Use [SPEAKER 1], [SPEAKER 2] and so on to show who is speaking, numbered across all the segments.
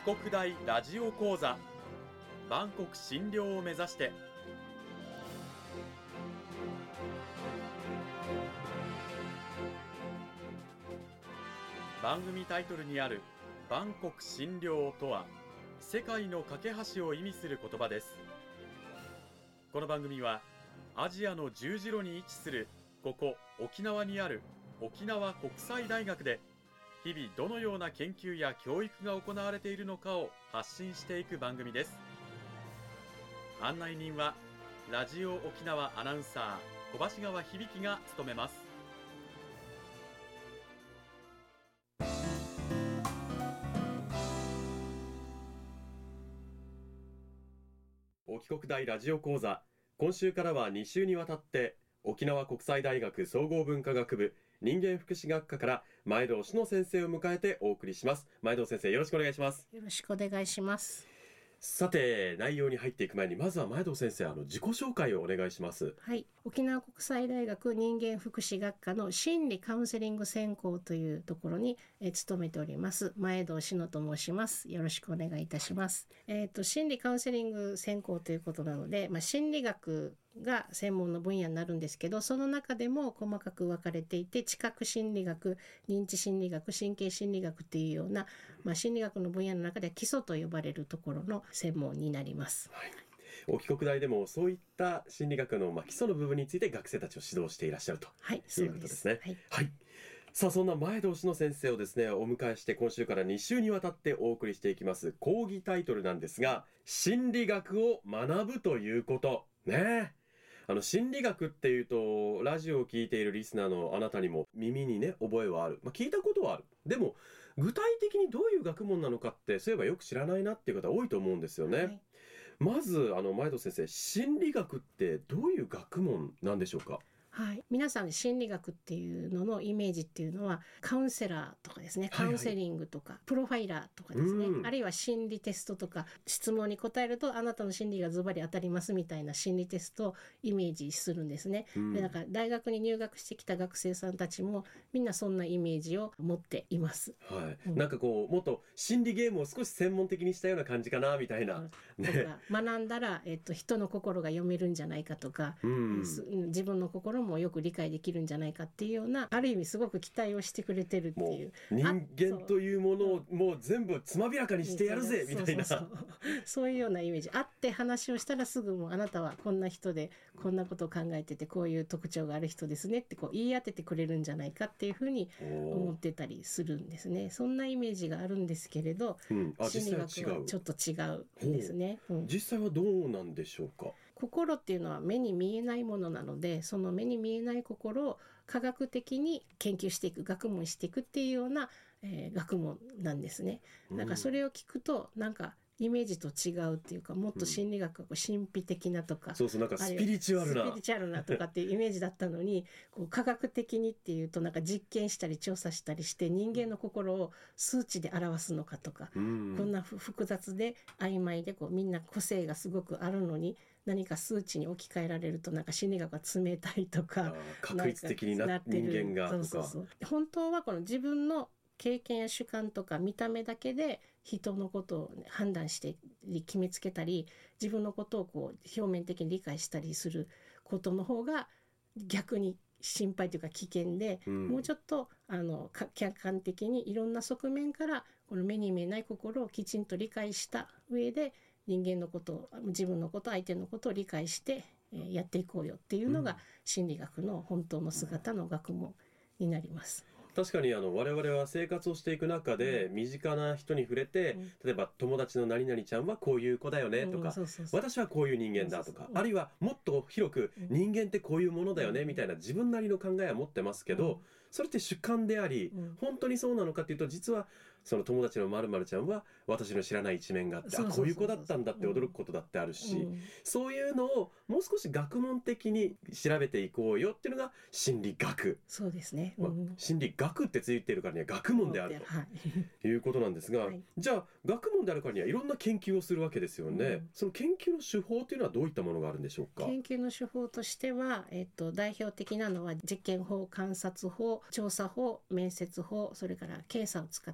[SPEAKER 1] 国大ラジオ講座万国診療を目指して。番組タイトルにある万国診療とは、世界の架け橋を意味する言葉です。この番組はアジアの十字路に位置するここ沖縄にある沖縄国際大学で、日々どのような研究や教育が行われているのかを発信していく番組です。案内人はラジオ沖縄アナウンサー小橋川響が務めます。沖国大ラジオ講座、今週からは2週にわたって沖縄国際大学総合文化学部人間福祉学科から前堂志乃先生を迎えてお送りします。前堂先生、よろしくお願いします。
[SPEAKER 2] よろしくお願いします。
[SPEAKER 1] さて、内容に入っていく前に、まずは前堂先生、自己紹介をお願いします。
[SPEAKER 2] はい、沖縄国際大学人間福祉学科の心理カウンセリング専攻というところに勤めております前堂志乃と申します。よろしくお願いいたします。心理カウンセリング専攻ということなので、心理学が専門の分野になるんですけど、その中でも細かく分かれていて、知覚心理学、認知心理学、神経心理学っていうような、心理学の分野の中では基礎と呼ばれるところの専門になります。
[SPEAKER 1] はい、沖国大でもそういった心理学の基礎の部分について学生たちを指導していらっしゃるということですね。はい。さあ、そんな前堂志乃先生をですね、お迎えして今週から2週にわたってお送りしていきます講義タイトルなんですが、心理学を学ぶということね。心理学っていうと、ラジオを聞いているリスナーのあなたにも耳にね、覚えはある。聞いたことはある。でも、具体的にどういう学問なのかって、そういえばよく知らないなっていう方多いと思うんですよね。はい、まず、前堂先生、心理学ってどういう学問なんでしょうか？
[SPEAKER 2] はい、皆さん心理学っていうののイメージっていうのはカウンセラーとかですね、カウンセリングとか、プロファイラーとかですね、あるいは心理テストとか、質問に答えるとあなたの心理がズバリ当たりますみたいな心理テストをイメージするんですね。で、だから大学に入学してきた学生さんたちもみんなそんなイメージを持っています。
[SPEAKER 1] はい、なんかこうもっと心理ゲームを少し専門的にしたような感じかなみたいな、
[SPEAKER 2] ね、学んだら、人の心が読めるんじゃないかとか、自分の心もよく理解できるんじゃないかっていうような、ある意味すごく期待をしてくれてるっていう、
[SPEAKER 1] 人間というものをもう全部つまびらかにしてやるぜみたいな、
[SPEAKER 2] そういうようなイメージ。会って話をしたらすぐもうあなたはこんな人でこんなことを考えててこういう特徴がある人ですねってこう言い当ててくれるんじゃないかっていうふうに思ってたりするんですね。そんなイメージがあるんですけれど、心理学はちょっと違うんですね。
[SPEAKER 1] 実際はどうなんでしょうか？
[SPEAKER 2] 心っていうのは目に見えないものなので、その目に見えない心を科学的に研究していく、学問していくっていうような、学問なんですね。なんかそれを聞くとなんかイメージと違うっていうか、もっと心理学が神秘的なとか、
[SPEAKER 1] なんかスピリチュアルな
[SPEAKER 2] とかっていうイメージだったのに、こう科学的にっていうとなんか実験したり調査したりして人間の心を数値で表すのかとか、こんな複雑で曖昧でこうみんな個性がすごくあるのに何か数値に置き換えられるとなんか心理学が冷たいとか、
[SPEAKER 1] 確率的になってる人間がとか、
[SPEAKER 2] 本当はこの自分の経験や主観とか見た目だけで人のことを判断して決めつけたり、自分のことをこう表面的に理解したりすることの方が逆に心配というか危険で、もうちょっと客観的にいろんな側面からこの目に見えない心をきちんと理解した上で、人間のことを、自分のこと、相手のことを理解してやっていこうよっていうのが心理学の本当の姿の学問になります。
[SPEAKER 1] 確かに我々は生活をしていく中で身近な人に触れて、例えば友達の何々ちゃんはこういう子だよねとか、私はこういう人間だとか、あるいはもっと広く人間ってこういうものだよねみたいな自分なりの考えは持ってますけど、それって主観であり、本当にそうなのかっていうと、実はその友達の〇〇ちゃんは私の知らない一面があって、こういう子だったんだって驚くことだってあるし、そういうのをもう少し学問的に調べていこうよっていうのが心理学。
[SPEAKER 2] そうですね。
[SPEAKER 1] 心理学ってついているからには学問であるということなんですが、じゃあ学問であるからにはいろんな研究をするわけですよね。その研究の手法というのはどういったものがあるんでしょうか？
[SPEAKER 2] 研究の手法としては、代表的なのは実験法、観察法、調査法、面接法、それから検査を使った検査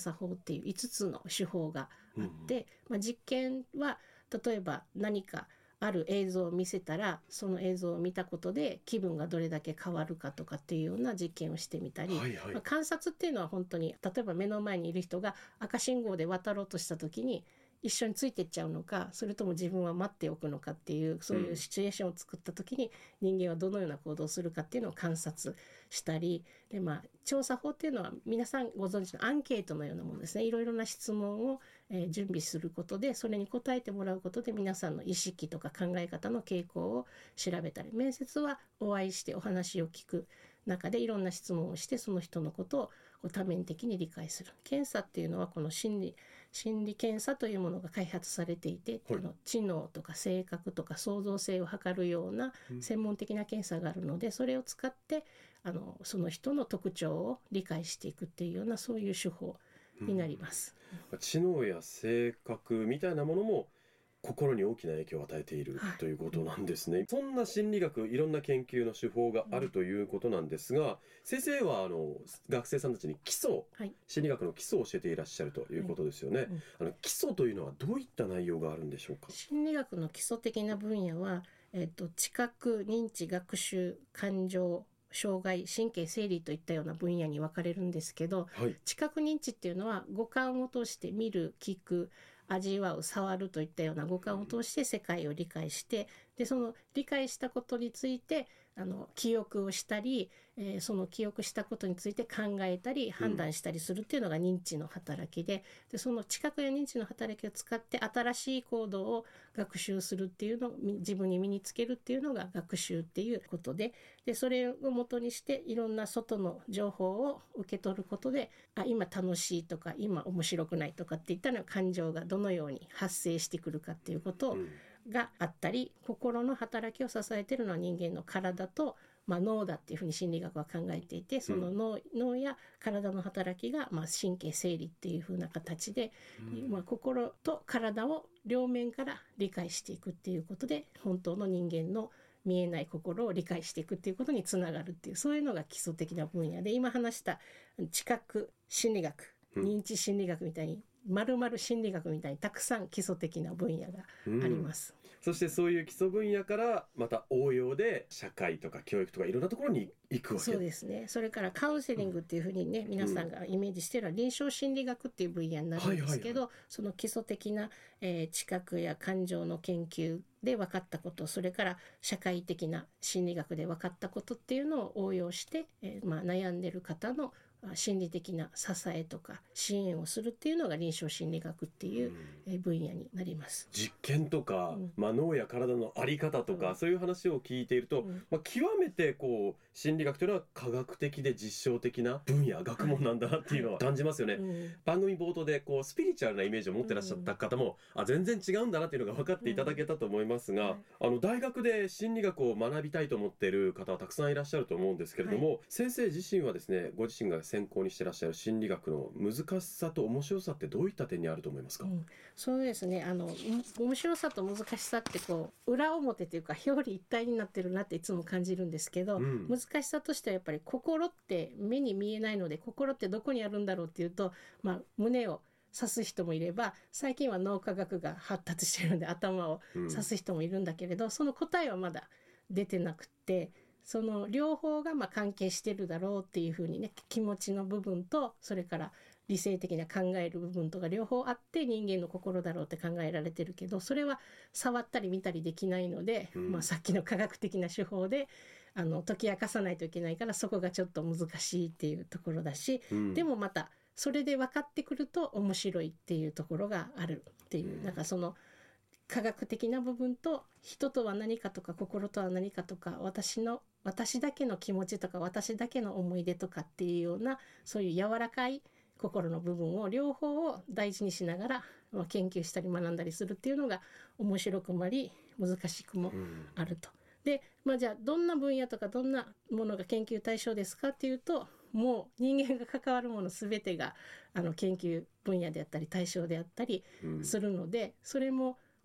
[SPEAKER 2] 査法っていう5つの手法があって、実験は例えば何かある映像を見せたらその映像を見たことで気分がどれだけ変わるかとかっていうような実験をしてみたり、観察っていうのは本当に例えば目の前にいる人が赤信号で渡ろうとした時に一緒についていっちゃうのか、それとも自分は待っておくのかっていう、そういうシチュエーションを作った時に人間はどのような行動をするかっていうのを観察したりで、調査法っていうのは皆さんご存知のアンケートのようなものですね。いろいろな質問を準備することで、それに答えてもらうことで皆さんの意識とか考え方の傾向を調べたり、面接はお会いしてお話を聞く中でいろんな質問をしてその人のことを多面的に理解する。検査っていうのはこの心理検査というものが開発されていて、知能とか性格とか創造性を測るような専門的な検査があるので、それを使ってその人の特徴を理解していくっていうような、そういう手法になります。
[SPEAKER 1] 知能や性格みたいなものも心に大きな影響を与えているということなんですね。そんな心理学、いろんな研究の手法があるということなんですが、先生は学生さんたちに基礎、心理学の基礎を教えていらっしゃるということですよね。基礎というのはどういった内容があるんでしょうか。
[SPEAKER 2] 心理学の基礎的な分野は、知覚、認知、学習、感情、障害、神経、生理といったような分野に分かれるんですけど、知覚認知っていうのは五感を通して見る、聞く、味わう、触るといったような五感を通して世界を理解して、でその理解したことについて記憶をしたり、その記憶したことについて考えたり判断したりするっていうのが認知の働きで、その知覚や認知の働きを使って新しい行動を学習するっていうのを自分に身につけるっていうのが学習っていうことで、それを元にしていろんな外の情報を受け取ることで、今楽しいとか今面白くないとかっていったの感情がどのように発生してくるかっていうことがあったり、心の働きを支えているのは人間の体と、脳だっていうふうに心理学は考えていて、その脳や体の働きが、神経生理っていうふうな形で、心と体を両面から理解していくっていうことで、本当の人間の見えない心を理解していくっていうことにつながるっていう、そういうのが基礎的な分野で、今話した知覚心理学、認知心理学みたいに丸々心理学みたいにたくさん基礎的な分野があります。
[SPEAKER 1] そしてそういう基礎分野からまた応用で社会とか教育とかいろんなところに行くわけ。
[SPEAKER 2] そうですね。それからカウンセリングっていうふうにね、皆さんがイメージしているのは臨床心理学っていう分野になるんですけど、その基礎的な、知覚や感情の研究で分かったこと、それから社会的な心理学で分かったことっていうのを応用して、悩んでる方の心理的な支えとか支援をするっていうのが臨床心理学っていう分野になります。
[SPEAKER 1] 実験とか、脳や体の在り方とか、そういう話を聞いていると、極めて心理学というのは科学的で実証的な分野、学問なんだなっていうのは感じますよね。番組冒頭でスピリチュアルなイメージを持ってらっしゃった方も、全然違うんだなっていうのが分かっていただけたと思いますが、大学で心理学を学びたいと思っている方はたくさんいらっしゃると思うんですけれども、先生自身はですね、ご自身が専攻にしてらっしゃる心理学の難しさと面白さってどういった点にあると思いますか。
[SPEAKER 2] そうですね、面白さと難しさって裏表というか表裏一体になってるなっていつも感じるんですけど、難しさとしてはやっぱり心って目に見えないので、心ってどこにあるんだろうっていうと、胸を指す人もいれば、最近は脳科学が発達しているので頭を指す人もいるんだけれど、その答えはまだ出てなくて、その両方が関係してるだろうっていうふうにね、気持ちの部分とそれから理性的な考える部分とか両方あって人間の心だろうって考えられてるけど、それは触ったり見たりできないので、さっきの科学的な手法で解き明かさないといけないから、そこがちょっと難しいっていうところだし、でもまたそれで分かってくると面白いっていうところがあるっていう、なんかその科学的な部分と人とは何かとか心とは何かとか、私だけの気持ちとか私だけの思い出とかっていうような、そういう柔らかい心の部分を両方を大事にしながら、研究したり学んだりするっていうのが面白くもあり難しくもあると。で、じゃあどんな分野とかどんなものが研究対象ですかっていうと、もう人間が関わるもの全てが研究分野であったり対象であったりするので、それも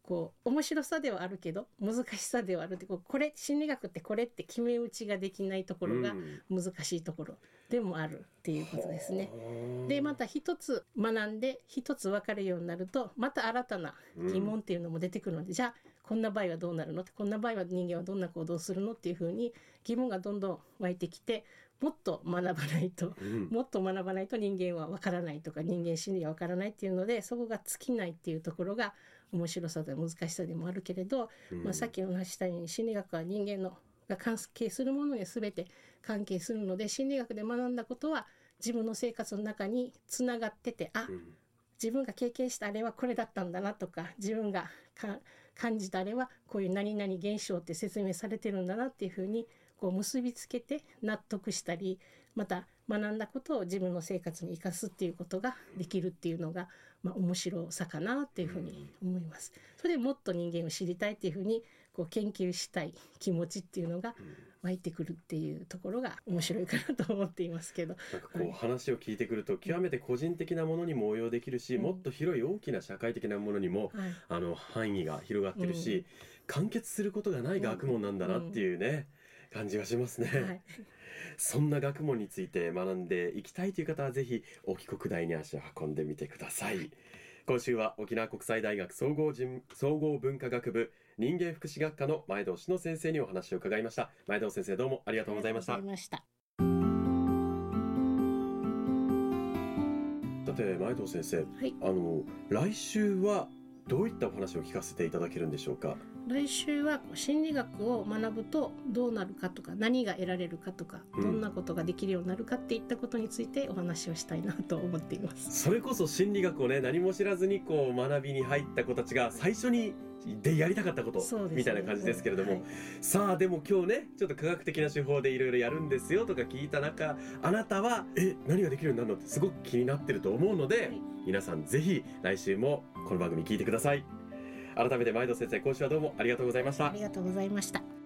[SPEAKER 2] こう面白さではあるけど難しさではあるって、これ心理学ってこれって決め打ちができないところが難しいところでもあるっていうことですね。でまた一つ学んで一つ分かるようになるとまた新たな疑問っていうのも出てくるので、じゃあこんな場合はどうなるのって、こんな場合は人間はどんな行動をするのっていうふうに疑問がどんどん湧いてきて、もっと学ばないと、もっと学ばないと人間は分からないとか人間心理が分からないっていうので、そこが尽きないっていうところが面白さで難しさでもあるけれど、さっきお話したように心理学は人間のが関係するものに全て関係するので、心理学で学んだことは自分の生活の中につながってて、自分が経験したあれはこれだったんだなとか、自分が感じたあれはこういう何々現象って説明されてるんだなっていうふうにこう結びつけて納得したり、また学んだことを自分の生活に生かすっていうことができるっていうのが、面白さかなっていうふうに思います。それでもっと人間を知りたいっていうふうにこう研究したい気持ちっていうのが湧いてくるっていうところが面白いかなと思っていますけど、
[SPEAKER 1] なんかこう話を聞いてくると極めて個人的なものにも応用できるし、もっと広い大きな社会的なものにも、範囲が広がってるし、完結することがない学問なんだなっていうね、感じがしますね。そんな学問について学んでいきたいという方はぜひ沖国大に足を運んでみてください。今週は沖縄国際大学総合文化学部人間福祉学科の前藤志乃先生にお話を伺いました。前藤先生、どうもありがとうございました。さて前藤先生、来週はどういったお話を聞かせていただけるんでしょうか。
[SPEAKER 2] 来週は心理学を学ぶとどうなるかとか、何が得られるかとか、どんなことができるようになるかっていったことについてお話をしたいなと思っています。
[SPEAKER 1] それこそ心理学をね、何も知らずにこう学びに入った子たちが最初にでやりたかったこと、みたいな感じですけれども、さあでも今日ね、ちょっと科学的な手法でいろいろやるんですよとか聞いた中、あなたは何ができるようになるのってすごく気になってると思うので、皆さんぜひ来週もこの番組聞いてください。改めて前藤先生、今週はどうもありがとうございました。
[SPEAKER 2] ありがとうございました。